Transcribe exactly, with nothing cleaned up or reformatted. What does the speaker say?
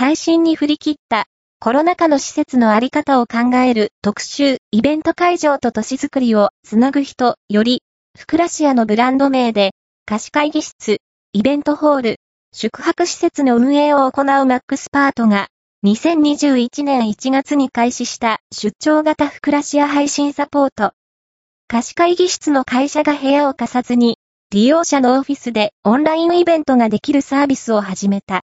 配信に振り切ったコロナ禍の施設のあり方を考える特集イベント会場と都市づくりをつなぐ人より、フクラシアのブランド名で貸し会議室、イベントホール、宿泊施設の運営を行うマックスパートがにせんにじゅういちねんいちがつに開始した出張型フクラシア配信サポート。貸し会議室の会社が部屋を貸さずに利用者のオフィスでオンラインイベントができるサービスを始めた。